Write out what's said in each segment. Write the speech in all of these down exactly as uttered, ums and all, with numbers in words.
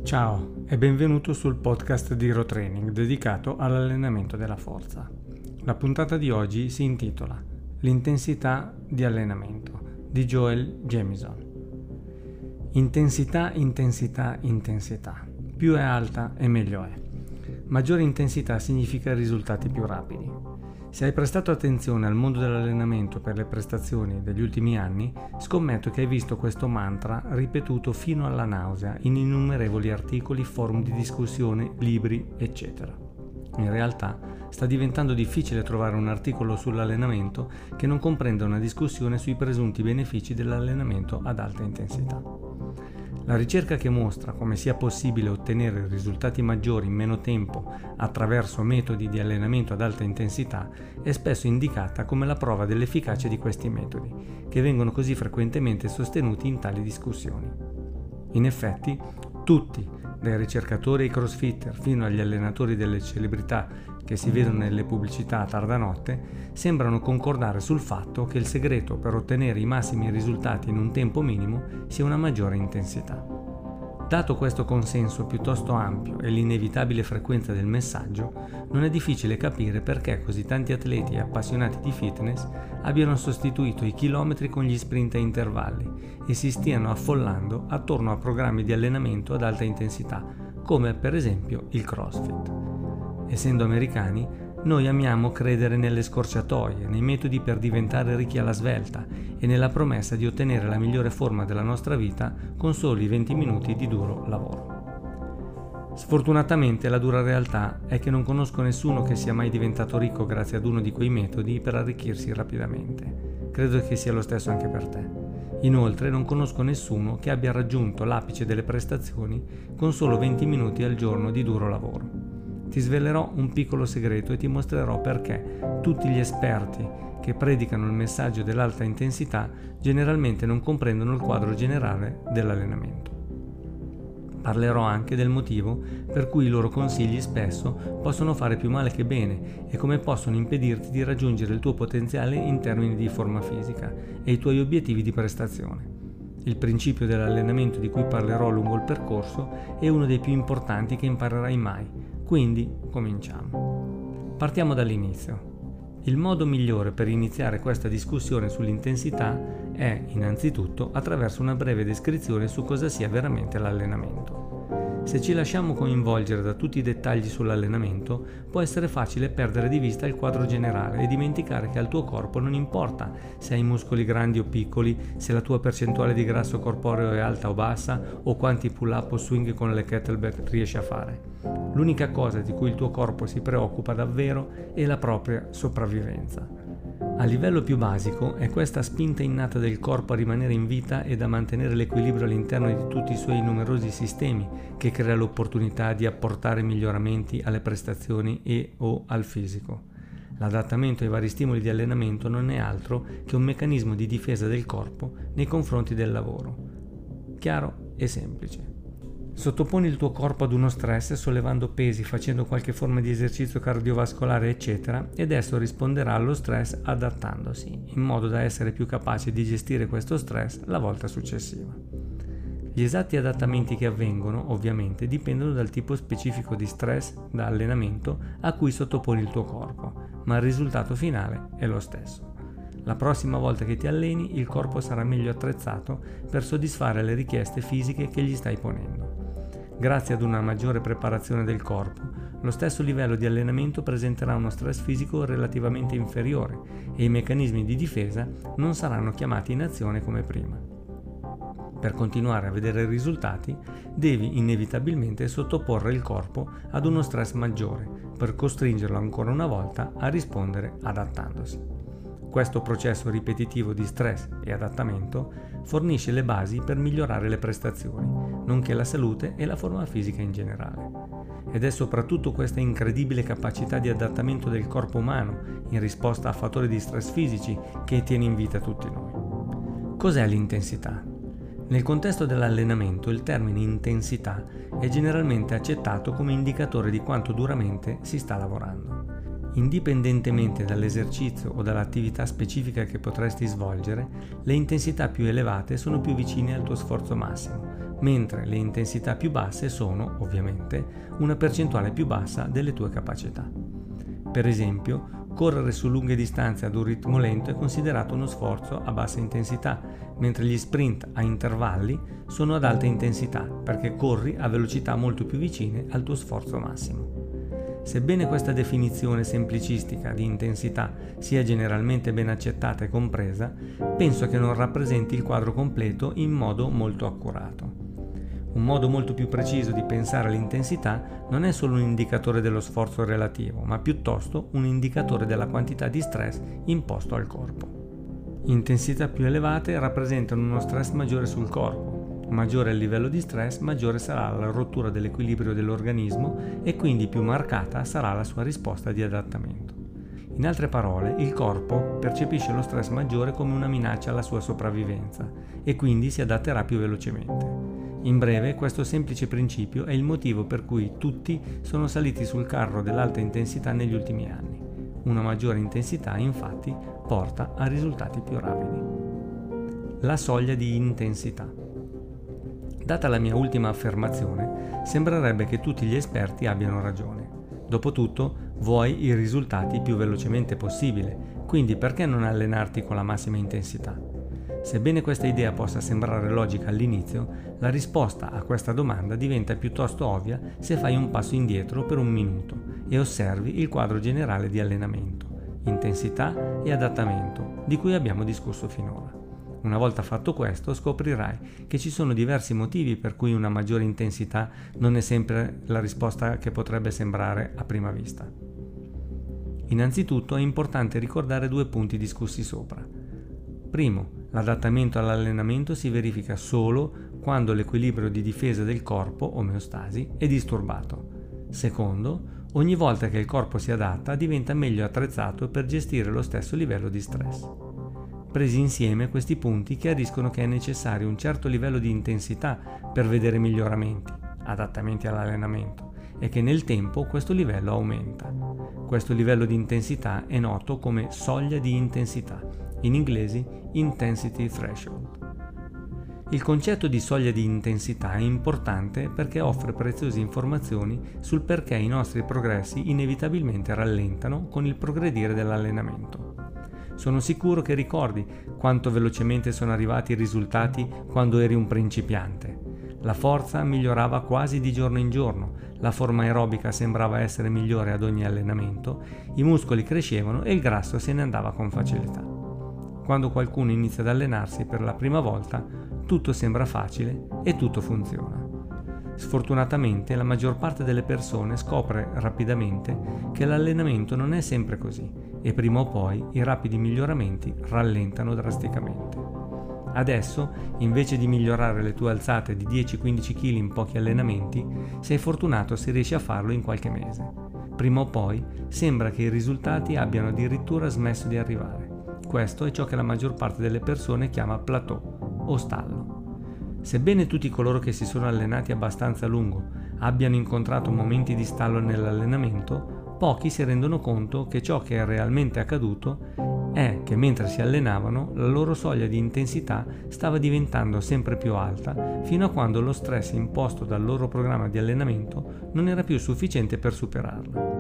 Ciao e benvenuto sul podcast di Hero Training dedicato all'allenamento della forza. La puntata di oggi si intitola L'intensità di allenamento di Joel Jamieson. Intensità, intensità, intensità. Più è alta e meglio è. Maggiore intensità significa risultati più rapidi. Se hai prestato attenzione al mondo dell'allenamento per le prestazioni degli ultimi anni, scommetto che hai visto questo mantra ripetuto fino alla nausea in innumerevoli articoli, forum di discussione, libri, eccetera. In realtà sta diventando difficile trovare un articolo sull'allenamento che non comprenda una discussione sui presunti benefici dell'allenamento ad alta intensità. La ricerca che mostra come sia possibile ottenere risultati maggiori in meno tempo attraverso metodi di allenamento ad alta intensità è spesso indicata come la prova dell'efficacia di questi metodi, che vengono così frequentemente sostenuti in tali discussioni. In effetti, tutti, dai ricercatori ai crossfitter fino agli allenatori delle celebrità che si vedono nelle pubblicità a tarda notte, sembrano concordare sul fatto che il segreto per ottenere i massimi risultati in un tempo minimo sia una maggiore intensità. Dato questo consenso piuttosto ampio e l'inevitabile frequenza del messaggio, non è difficile capire perché così tanti atleti e appassionati di fitness abbiano sostituito i chilometri con gli sprint a intervalli e si stiano affollando attorno a programmi di allenamento ad alta intensità, come per esempio il CrossFit. Essendo americani, noi amiamo credere nelle scorciatoie, nei metodi per diventare ricchi alla svelta e nella promessa di ottenere la migliore forma della nostra vita con soli venti minuti di duro lavoro. Sfortunatamente la dura realtà è che non conosco nessuno che sia mai diventato ricco grazie ad uno di quei metodi per arricchirsi rapidamente. Credo che sia lo stesso anche per te. Inoltre non conosco nessuno che abbia raggiunto l'apice delle prestazioni con solo venti minuti al giorno di duro lavoro. Ti svelerò un piccolo segreto e ti mostrerò perché tutti gli esperti che predicano il messaggio dell'alta intensità generalmente non comprendono il quadro generale dell'allenamento. Parlerò anche del motivo per cui i loro consigli spesso possono fare più male che bene e come possono impedirti di raggiungere il tuo potenziale in termini di forma fisica e i tuoi obiettivi di prestazione. Il principio dell'allenamento di cui parlerò lungo il percorso è uno dei più importanti che imparerai mai. Quindi, cominciamo. Partiamo dall'inizio. Il modo migliore per iniziare questa discussione sull'intensità è, innanzitutto, attraverso una breve descrizione su cosa sia veramente l'allenamento. Se ci lasciamo coinvolgere da tutti i dettagli sull'allenamento, può essere facile perdere di vista il quadro generale e dimenticare che al tuo corpo non importa se hai muscoli grandi o piccoli, se la tua percentuale di grasso corporeo è alta o bassa, o quanti pull-up o swing con le kettlebell riesci a fare. L'unica cosa di cui il tuo corpo si preoccupa davvero è la propria sopravvivenza. A livello più basico è questa spinta innata del corpo a rimanere in vita ed a mantenere l'equilibrio all'interno di tutti i suoi numerosi sistemi che crea l'opportunità di apportare miglioramenti alle prestazioni e o al fisico. L'adattamento ai vari stimoli di allenamento non è altro che un meccanismo di difesa del corpo nei confronti del lavoro. Chiaro e semplice. Sottoponi il tuo corpo ad uno stress sollevando pesi, facendo qualche forma di esercizio cardiovascolare eccetera ed esso risponderà allo stress adattandosi, in modo da essere più capace di gestire questo stress la volta successiva. Gli esatti adattamenti che avvengono, ovviamente, dipendono dal tipo specifico di stress da allenamento a cui sottoponi il tuo corpo, ma il risultato finale è lo stesso. La prossima volta che ti alleni, il corpo sarà meglio attrezzato per soddisfare le richieste fisiche che gli stai ponendo. Grazie ad una maggiore preparazione del corpo, lo stesso livello di allenamento presenterà uno stress fisico relativamente inferiore e i meccanismi di difesa non saranno chiamati in azione come prima. Per continuare a vedere risultati, devi inevitabilmente sottoporre il corpo ad uno stress maggiore per costringerlo ancora una volta a rispondere adattandosi. Questo processo ripetitivo di stress e adattamento fornisce le basi per migliorare le prestazioni, nonché la salute e la forma fisica in generale. Ed è soprattutto questa incredibile capacità di adattamento del corpo umano in risposta a fattori di stress fisici che tiene in vita tutti noi. Cos'è l'intensità? Nel contesto dell'allenamento il termine intensità è generalmente accettato come indicatore di quanto duramente si sta lavorando. Indipendentemente dall'esercizio o dall'attività specifica che potresti svolgere, le intensità più elevate sono più vicine al tuo sforzo massimo, mentre le intensità più basse sono, ovviamente, una percentuale più bassa delle tue capacità. Per esempio, correre su lunghe distanze ad un ritmo lento è considerato uno sforzo a bassa intensità, mentre gli sprint a intervalli sono ad alta intensità perché corri a velocità molto più vicine al tuo sforzo massimo. Sebbene questa definizione semplicistica di intensità sia generalmente ben accettata e compresa, penso che non rappresenti il quadro completo in modo molto accurato. Un modo molto più preciso di pensare all'intensità non è solo un indicatore dello sforzo relativo, ma piuttosto un indicatore della quantità di stress imposto al corpo. Intensità più elevate rappresentano uno stress maggiore sul corpo. Maggiore il livello di stress, maggiore sarà la rottura dell'equilibrio dell'organismo e quindi più marcata sarà la sua risposta di adattamento. In altre parole, il corpo percepisce lo stress maggiore come una minaccia alla sua sopravvivenza e quindi si adatterà più velocemente. In breve, questo semplice principio è il motivo per cui tutti sono saliti sul carro dell'alta intensità negli ultimi anni. Una maggiore intensità, infatti, porta a risultati più rapidi. La soglia di intensità. Data la mia ultima affermazione, sembrerebbe che tutti gli esperti abbiano ragione. Dopotutto, vuoi i risultati più velocemente possibile, quindi perché non allenarti con la massima intensità? Sebbene questa idea possa sembrare logica all'inizio, la risposta a questa domanda diventa piuttosto ovvia se fai un passo indietro per un minuto e osservi il quadro generale di allenamento, intensità e adattamento di cui abbiamo discusso finora. Una volta fatto questo, scoprirai che ci sono diversi motivi per cui una maggiore intensità non è sempre la risposta che potrebbe sembrare a prima vista. Innanzitutto è importante ricordare due punti discussi sopra. Primo, l'adattamento all'allenamento si verifica solo quando l'equilibrio di difesa del corpo, omeostasi, è disturbato. Secondo, ogni volta che il corpo si adatta diventa meglio attrezzato per gestire lo stesso livello di stress. Presi insieme, questi punti chiariscono che è necessario un certo livello di intensità per vedere miglioramenti, adattamenti all'allenamento, e che nel tempo questo livello aumenta. Questo livello di intensità è noto come soglia di intensità, in inglese intensity threshold. Il concetto di soglia di intensità è importante perché offre preziose informazioni sul perché i nostri progressi inevitabilmente rallentano con il progredire dell'allenamento. Sono sicuro che ricordi quanto velocemente sono arrivati i risultati quando eri un principiante. La forza migliorava quasi di giorno in giorno, la forma aerobica sembrava essere migliore ad ogni allenamento, i muscoli crescevano e il grasso se ne andava con facilità. Quando qualcuno inizia ad allenarsi per la prima volta, tutto sembra facile e tutto funziona. Sfortunatamente, la maggior parte delle persone scopre rapidamente che l'allenamento non è sempre così e prima o poi i rapidi miglioramenti rallentano drasticamente. Adesso, invece di migliorare le tue alzate di dieci quindici chili in pochi allenamenti, sei fortunato se riesci a farlo in qualche mese. Prima o poi sembra che i risultati abbiano addirittura smesso di arrivare. Questo è ciò che la maggior parte delle persone chiama plateau o stallo. Sebbene tutti coloro che si sono allenati abbastanza a lungo abbiano incontrato momenti di stallo nell'allenamento, pochi si rendono conto che ciò che è realmente accaduto è che mentre si allenavano la loro soglia di intensità stava diventando sempre più alta fino a quando lo stress imposto dal loro programma di allenamento non era più sufficiente per superarla.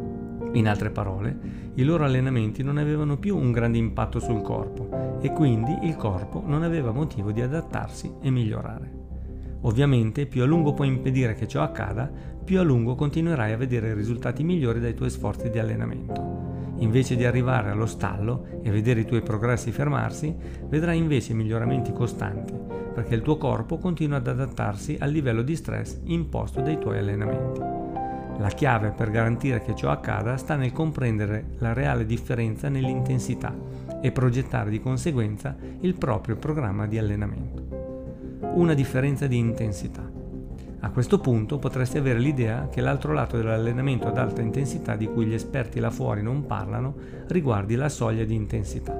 In altre parole, i loro allenamenti non avevano più un grande impatto sul corpo e quindi il corpo non aveva motivo di adattarsi e migliorare. Ovviamente, più a lungo puoi impedire che ciò accada, più a lungo continuerai a vedere risultati migliori dai tuoi sforzi di allenamento. Invece di arrivare allo stallo e vedere i tuoi progressi fermarsi, vedrai invece miglioramenti costanti, perché il tuo corpo continua ad adattarsi al livello di stress imposto dai tuoi allenamenti. La chiave per garantire che ciò accada sta nel comprendere la reale differenza nell'intensità e progettare di conseguenza il proprio programma di allenamento. Una differenza di intensità. A questo punto potresti avere l'idea che l'altro lato dell'allenamento ad alta intensità di cui gli esperti là fuori non parlano riguardi la soglia di intensità.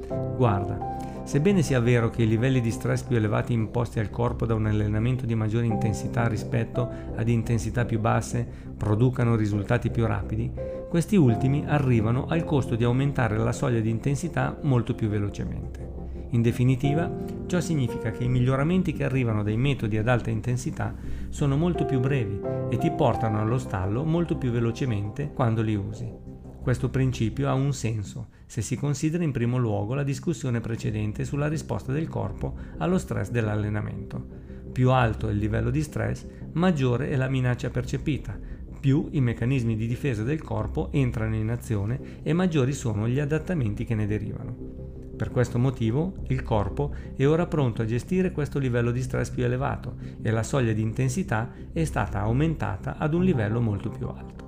Guarda, sebbene sia vero che i livelli di stress più elevati imposti al corpo da un allenamento di maggiore intensità rispetto ad intensità più basse producano risultati più rapidi, questi ultimi arrivano al costo di aumentare la soglia di intensità molto più velocemente. In definitiva, ciò significa che i miglioramenti che arrivano dai metodi ad alta intensità sono molto più brevi e ti portano allo stallo molto più velocemente quando li usi. Questo principio ha un senso se si considera in primo luogo la discussione precedente sulla risposta del corpo allo stress dell'allenamento. Più alto è il livello di stress, maggiore è la minaccia percepita, più i meccanismi di difesa del corpo entrano in azione e maggiori sono gli adattamenti che ne derivano. Per questo motivo il corpo è ora pronto a gestire questo livello di stress più elevato e la soglia di intensità è stata aumentata ad un livello molto più alto.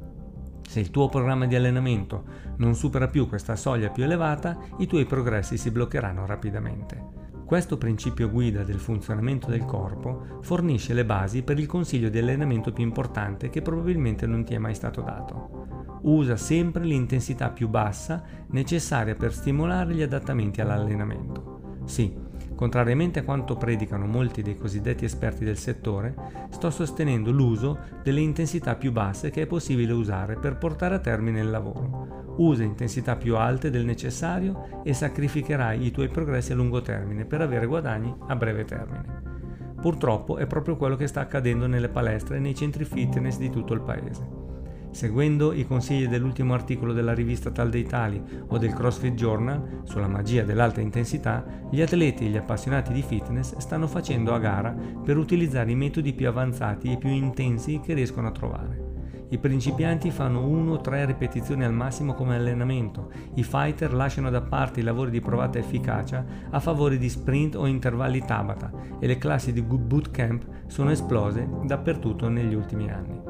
Se il tuo programma di allenamento non supera più questa soglia più elevata, i tuoi progressi si bloccheranno rapidamente. Questo principio guida del funzionamento del corpo fornisce le basi per il consiglio di allenamento più importante che probabilmente non ti è mai stato dato. Usa sempre l'intensità più bassa necessaria per stimolare gli adattamenti all'allenamento. Sì, contrariamente a quanto predicano molti dei cosiddetti esperti del settore, sto sostenendo l'uso delle intensità più basse che è possibile usare per portare a termine il lavoro. Usa intensità più alte del necessario e sacrificherai i tuoi progressi a lungo termine per avere guadagni a breve termine. Purtroppo è proprio quello che sta accadendo nelle palestre e nei centri fitness di tutto il paese. Seguendo i consigli dell'ultimo articolo della rivista Tal Dei Tali o del CrossFit Journal sulla magia dell'alta intensità, gli atleti e gli appassionati di fitness stanno facendo a gara per utilizzare i metodi più avanzati e più intensi che riescono a trovare. I principianti fanno uno o tre ripetizioni al massimo come allenamento, i fighter lasciano da parte i lavori di provata efficacia a favore di sprint o intervalli Tabata e le classi di bootcamp sono esplose dappertutto negli ultimi anni.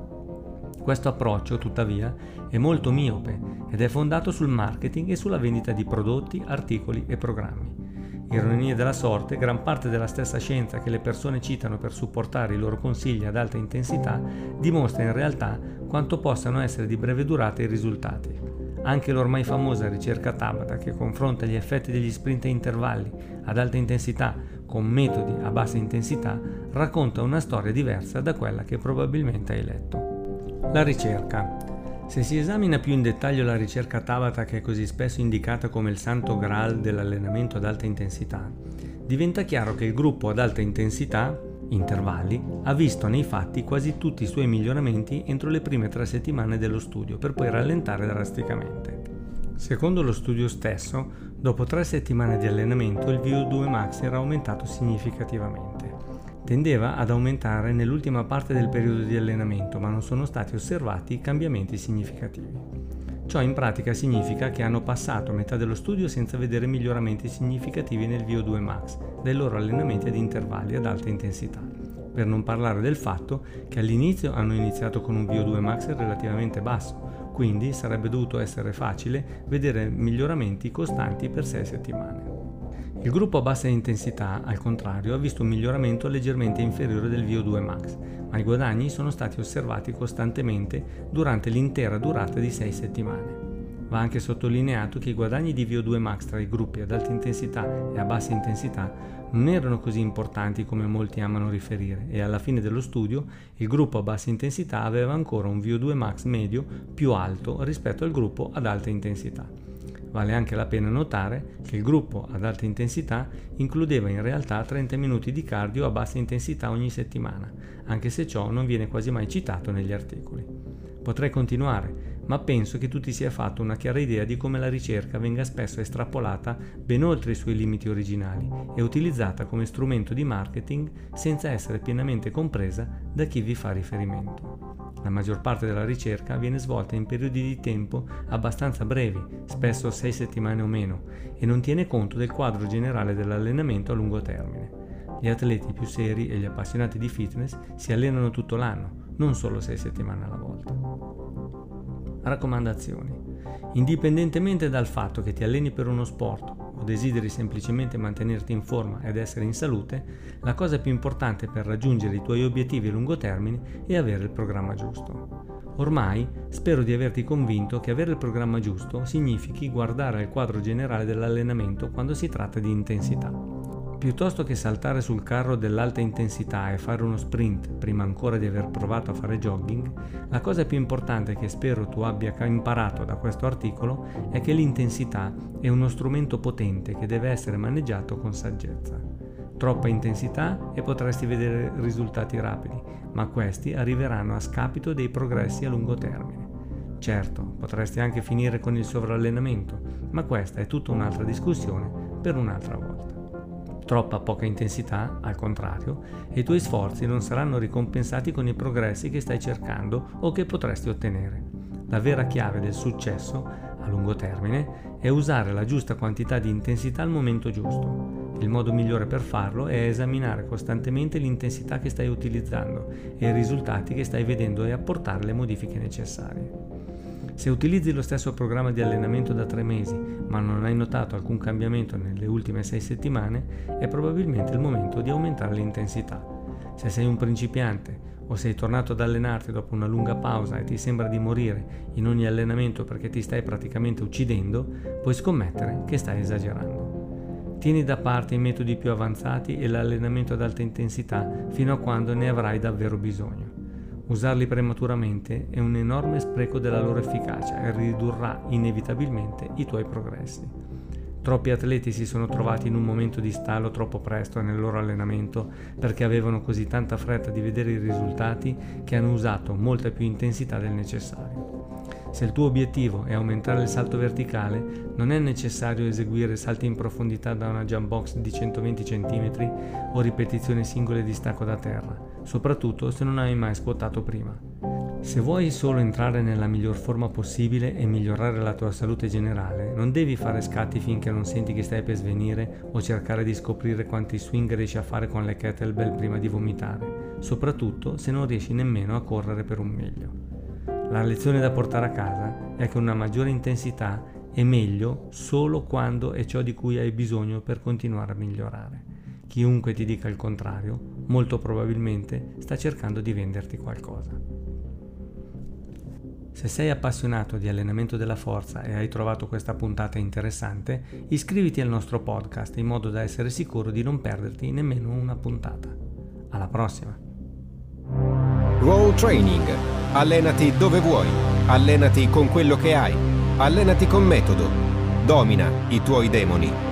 Questo approccio, tuttavia, è molto miope ed è fondato sul marketing e sulla vendita di prodotti, articoli e programmi. Ironia della sorte, gran parte della stessa scienza che le persone citano per supportare i loro consigli ad alta intensità dimostra in realtà quanto possano essere di breve durata i risultati. Anche l'ormai famosa ricerca Tabata, che confronta gli effetti degli sprint a intervalli ad alta intensità con metodi a bassa intensità, racconta una storia diversa da quella che probabilmente hai letto. La ricerca. Se si esamina più in dettaglio la ricerca Tabata, che è così spesso indicata come il santo graal dell'allenamento ad alta intensità, diventa chiaro che il gruppo ad alta intensità, intervalli, ha visto nei fatti quasi tutti i suoi miglioramenti entro le prime tre settimane dello studio, per poi rallentare drasticamente. Secondo lo studio stesso, dopo tre settimane di allenamento il V O due max era aumentato significativamente. Tendeva ad aumentare nell'ultima parte del periodo di allenamento, ma non sono stati osservati cambiamenti significativi. Ciò in pratica significa che hanno passato metà dello studio senza vedere miglioramenti significativi nel V O due max dai loro allenamenti ad intervalli ad alta intensità, per non parlare del fatto che all'inizio hanno iniziato con un V O due max relativamente basso, quindi sarebbe dovuto essere facile vedere miglioramenti costanti per sei settimane. Il gruppo a bassa intensità, al contrario, ha visto un miglioramento leggermente inferiore del V O due max, ma i guadagni sono stati osservati costantemente durante l'intera durata di sei settimane. Va anche sottolineato che i guadagni di V O due max tra i gruppi ad alta intensità e a bassa intensità non erano così importanti come molti amano riferire e alla fine dello studio il gruppo a bassa intensità aveva ancora un V O due max medio più alto rispetto al gruppo ad alta intensità. Vale anche la pena notare che il gruppo ad alta intensità includeva in realtà trenta minuti di cardio a bassa intensità ogni settimana, anche se ciò non viene quasi mai citato negli articoli. Potrei continuare, ma penso che tu ti sia fatto una chiara idea di come la ricerca venga spesso estrapolata ben oltre i suoi limiti originali e utilizzata come strumento di marketing senza essere pienamente compresa da chi vi fa riferimento. La maggior parte della ricerca viene svolta in periodi di tempo abbastanza brevi, spesso sei settimane o meno, e non tiene conto del quadro generale dell'allenamento a lungo termine. Gli atleti più seri e gli appassionati di fitness si allenano tutto l'anno, non solo sei settimane alla volta. Raccomandazioni. Indipendentemente dal fatto che ti alleni per uno sport o desideri semplicemente mantenerti in forma ed essere in salute, la cosa più importante per raggiungere i tuoi obiettivi a lungo termine è avere il programma giusto. Ormai spero di averti convinto che avere il programma giusto significhi guardare al quadro generale dell'allenamento quando si tratta di intensità. Piuttosto che saltare sul carro dell'alta intensità e fare uno sprint prima ancora di aver provato a fare jogging, la cosa più importante che spero tu abbia imparato da questo articolo è che l'intensità è uno strumento potente che deve essere maneggiato con saggezza. Troppa intensità e potresti vedere risultati rapidi, ma questi arriveranno a scapito dei progressi a lungo termine. Certo, potresti anche finire con il sovrallenamento, ma questa è tutta un'altra discussione per un'altra volta. Troppa poca intensità, al contrario, e i tuoi sforzi non saranno ricompensati con i progressi che stai cercando o che potresti ottenere. La vera chiave del successo, a lungo termine, è usare la giusta quantità di intensità al momento giusto. Il modo migliore per farlo è esaminare costantemente l'intensità che stai utilizzando e i risultati che stai vedendo e apportare le modifiche necessarie. Se utilizzi lo stesso programma di allenamento da tre mesi, ma non hai notato alcun cambiamento nelle ultime sei settimane, è probabilmente il momento di aumentare l'intensità. Se sei un principiante o sei tornato ad allenarti dopo una lunga pausa e ti sembra di morire in ogni allenamento perché ti stai praticamente uccidendo, puoi scommettere che stai esagerando. Tieni da parte i metodi più avanzati e l'allenamento ad alta intensità fino a quando ne avrai davvero bisogno. Usarli prematuramente è un enorme spreco della loro efficacia e ridurrà inevitabilmente i tuoi progressi. Troppi atleti si sono trovati in un momento di stallo troppo presto nel loro allenamento perché avevano così tanta fretta di vedere i risultati che hanno usato molta più intensità del necessario. Se il tuo obiettivo è aumentare il salto verticale, non è necessario eseguire salti in profondità da una jump box di centoventi centimetri o ripetizioni singole di stacco da terra, soprattutto se non hai mai squattato prima. Se vuoi solo entrare nella miglior forma possibile e migliorare la tua salute generale, non devi fare scatti finché non senti che stai per svenire o cercare di scoprire quanti swing riesci a fare con le kettlebell prima di vomitare, soprattutto se non riesci nemmeno a correre per un miglio. La lezione da portare a casa è che una maggiore intensità è meglio solo quando è ciò di cui hai bisogno per continuare a migliorare. Chiunque ti dica il contrario, molto probabilmente sta cercando di venderti qualcosa. Se sei appassionato di allenamento della forza e hai trovato questa puntata interessante, iscriviti al nostro podcast in modo da essere sicuro di non perderti nemmeno una puntata. Alla prossima! Roll Training. Allenati dove vuoi. Allenati con quello che hai. Allenati con metodo. Domina i tuoi demoni.